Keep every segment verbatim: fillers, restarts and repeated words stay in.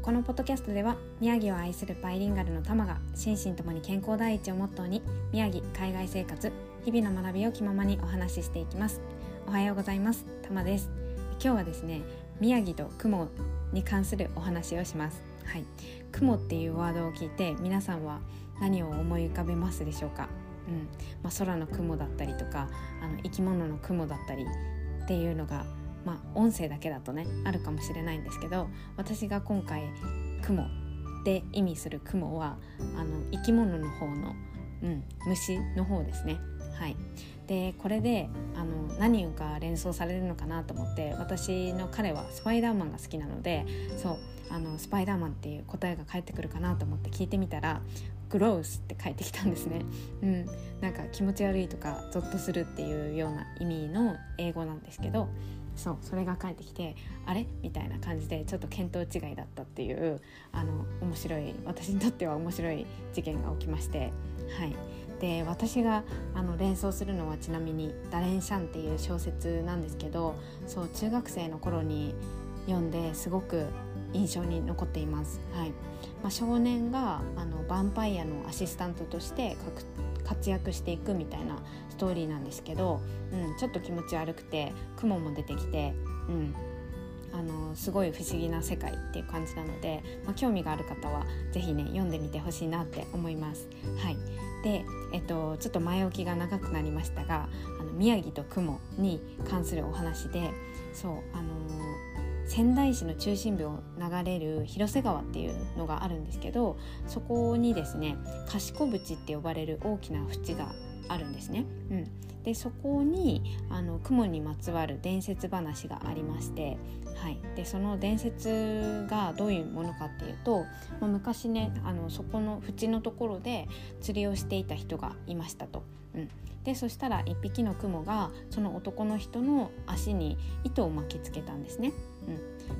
このポッドキャストでは宮城を愛するバイリンガルのタマが心身ともに健康第一をモットーに宮城、海外生活、日々の学びを気ままにお話ししていきます。おはようございます。タマです。今日はですね、宮城と雲に関するお話をします。はい、雲っていうワードを聞いて皆さんは何を思い浮かべますでしょうか。うんまあ、空の雲だったりとかあの生き物の雲だったりっていうのが、まあ、音声だけだとねあるかもしれないんですけど、私が今回雲で意味する雲はあの生き物の方の、うん、虫の方ですね。はい、でこれであの何が連想されるのかなと思って、私の彼はスパイダーマンが好きなので、そうあのスパイダーマンっていう答えが返ってくるかなと思って聞いてみたらグロースって返ってきたんですね。うん、なんか気持ち悪いとかゾッとするっていうような意味の英語なんですけど、そうそれが返ってきてあれみたいな感じでちょっと見当違いだったっていうあの面白い、私にとっては面白い事件が起きまして、はい。で私があの連想するのはちなみにダレン・シャンっていう小説なんですけど、そう中学生の頃に読んですごく印象に残っています。はいまあ、少年があのヴァンパイアのアシスタントとして活躍していくみたいなストーリーなんですけど、うん、ちょっと気持ち悪くて雲も出てきて、うん、あのすごい不思議な世界っていう感じなので、まあ、興味がある方はぜひね読んでみてほしいなって思います。はい、で、えっと、ちょっと前置きが長くなりましたが、あの宮城と雲に関するお話で、そうあの仙台市の中心部を流れる広瀬川っていうのがあるんですけど、そこにですね賢淵って呼ばれる大きな淵があるんですね。うん、でそこにあの雲にまつわる伝説話がありまして、はい、でその伝説がどういうものかっていうと、まあ、昔ねあのそこの淵のところで釣りをしていた人がいましたと。うん、でそしたら一匹の雲がその男の人の足に糸を巻きつけたんですね。うん、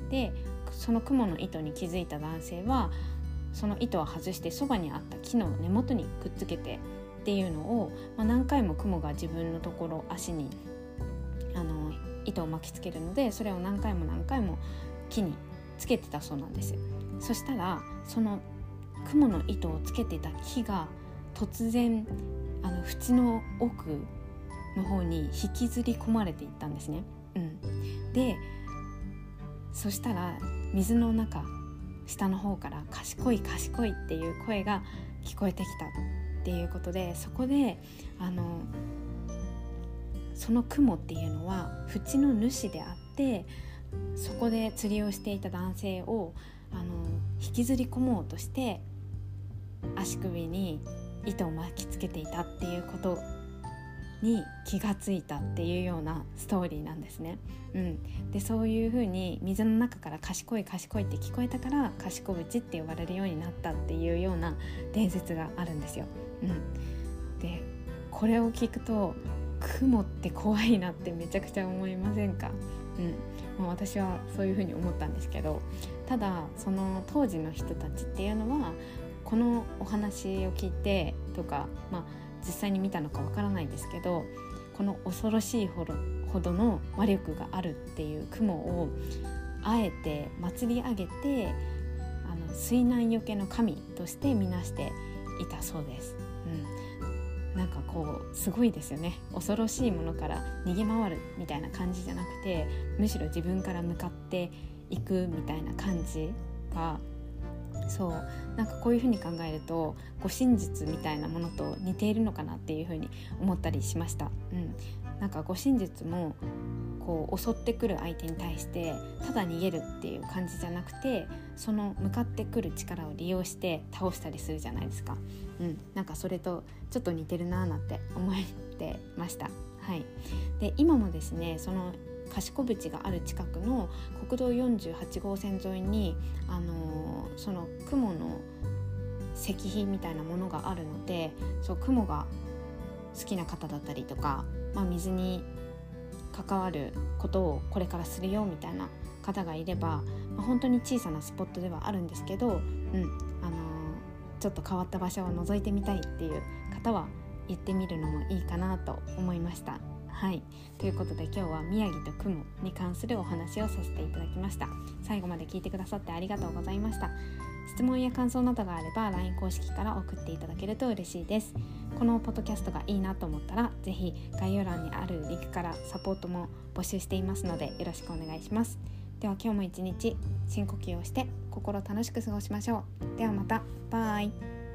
でその雲の糸に気づいた男性はその糸を外してそばにあった木の根元にくっつけてっていうのを、まあ、何回も雲が自分のところ足にあの糸を巻きつけるので、それを何回も何回も木につけてたそうなんです。そしたらその雲の糸をつけてた木が突然あの縁の奥の方に引きずり込まれていったんですね。うん、でそしたら水の中下の方から賢い賢いっていう声が聞こえてきたっていうことで、そこであのその雲っていうのは縁の主であって、そこで釣りをしていた男性をあの引きずり込もうとして足首に糸を巻きつけていたっていうことに気がついたっていうようなストーリーなんですね。うん、でそういう風に水の中から賢い賢いって聞こえたから賢淵って呼ばれるようになったっていうような伝説があるんですよ。うん、でこれを聞くと雲って怖いなってめちゃくちゃ思いませんか。うんまあ、私はそういう風に思ったんですけど、ただその当時の人たちっていうのはこのお話を聞いてとか、まあ実際に見たのかわからないですけど、この恐ろしいほど、ほどの魔力があるっていう雲をあえて祭り上げてあの水難よけの神として見なしていたそうです。うん、なんかこうすごいですよね。恐ろしいものから逃げ回るみたいな感じじゃなくて、むしろ自分から向かっていくみたいな感じが、そうなんかこういう風に考えると護身術みたいなものと似ているのかなっていう風に思ったりしました。うん、なんか護身術もこう襲ってくる相手に対してただ逃げるっていう感じじゃなくて、その向かってくる力を利用して倒したりするじゃないですか。うん、なんかそれとちょっと似てるなーなんて思ってました。はい、で今もですねその賢淵がある近くの国道よんじゅうはち号線沿いに、あのー、その雲の石碑みたいなものがあるので、そう雲が好きな方だったりとか、まあ、水に関わることをこれからするよみたいな方がいれば、まあ、本当に小さなスポットではあるんですけど、うんあのー、ちょっと変わった場所を覗いてみたいっていう方は行ってみるのもいいかなと思いました。 はい、ということで今日は宮城と雲に関するお話をさせていただきました。最後まで聞いてくださってありがとうございました。質問や感想などがあれば ライン 公式から送っていただけると嬉しいです。このポッドキャストがいいなと思ったらぜひ概要欄にあるリンクからサポートも募集していますのでよろしくお願いします。では今日も一日深呼吸をして心楽しく過ごしましょう。ではまた。バイ。